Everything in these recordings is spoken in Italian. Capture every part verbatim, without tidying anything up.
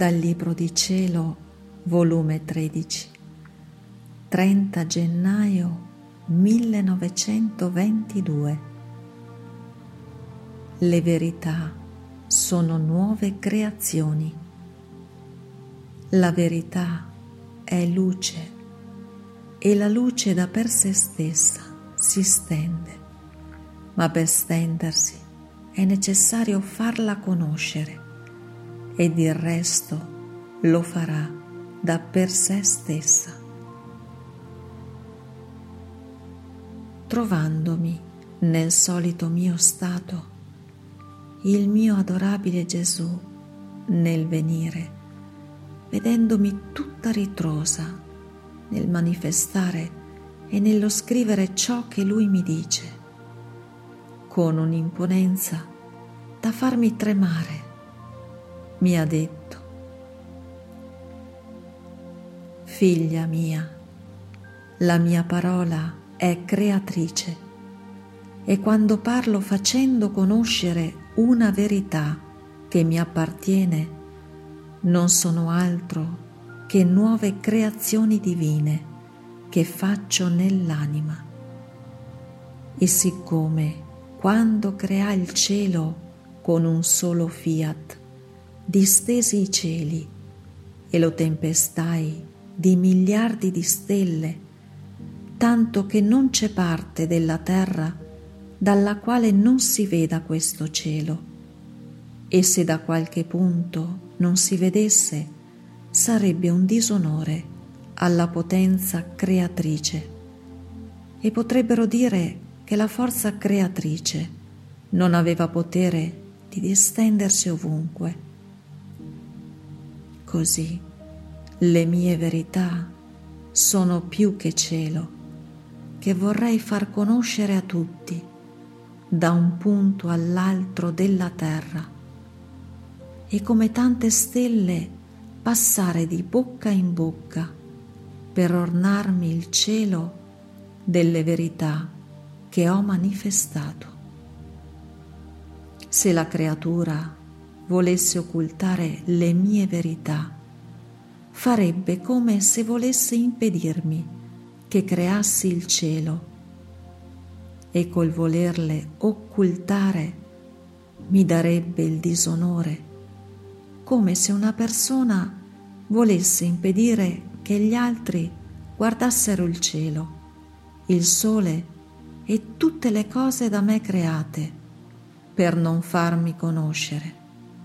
Dal Libro di Cielo, volume tredici, trenta gennaio millenovecentoventidue. Le verità sono nuove creazioni. La verità è luce e la luce da per sé stessa si stende, ma per stendersi è necessario farla conoscere ed il resto lo farà da per sé stessa. Trovandomi nel solito mio stato, il mio adorabile Gesù nel venire, vedendomi tutta ritrosa nel manifestare e nello scrivere ciò che Lui mi dice, con un'imponenza da farmi tremare, mi ha detto: figlia mia, la mia parola è creatrice e quando parlo facendo conoscere una verità che mi appartiene, non sono altro che nuove creazioni divine che faccio nell'anima. E siccome quando creai il cielo con un solo fiat, distesi i cieli e lo tempestai di miliardi di stelle, tanto che non c'è parte della terra dalla quale non si veda questo cielo, e se da qualche punto non si vedesse, sarebbe un disonore alla potenza creatrice, e potrebbero dire che la forza creatrice non aveva potere di distendersi ovunque. Così le mie verità sono più che cielo, che vorrei far conoscere a tutti da un punto all'altro della terra, e come tante stelle passare di bocca in bocca per ornarmi il cielo delle verità che ho manifestato. Se la creatura volesse occultare le mie verità, farebbe come se volesse impedirmi che creassi il cielo, e col volerle occultare mi darebbe il disonore, come se una persona volesse impedire che gli altri guardassero il cielo, il sole e tutte le cose da me create, per non farmi conoscere.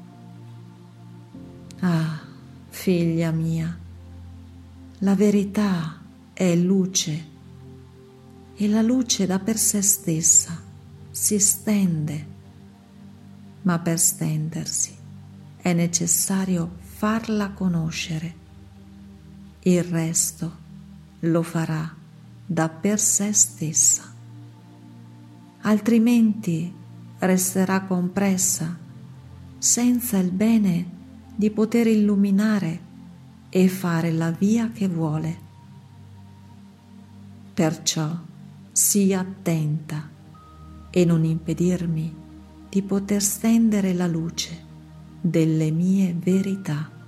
Ah, figlia mia, la verità è luce, e la luce da per sé stessa si stende, ma per stendersi è necessario farla conoscere. Il resto lo farà da per sé stessa, altrimenti resterà compressa senza il bene di poter illuminare e fare la via che vuole. Perciò sii attenta e non impedirmi di poter stendere la luce delle mie verità.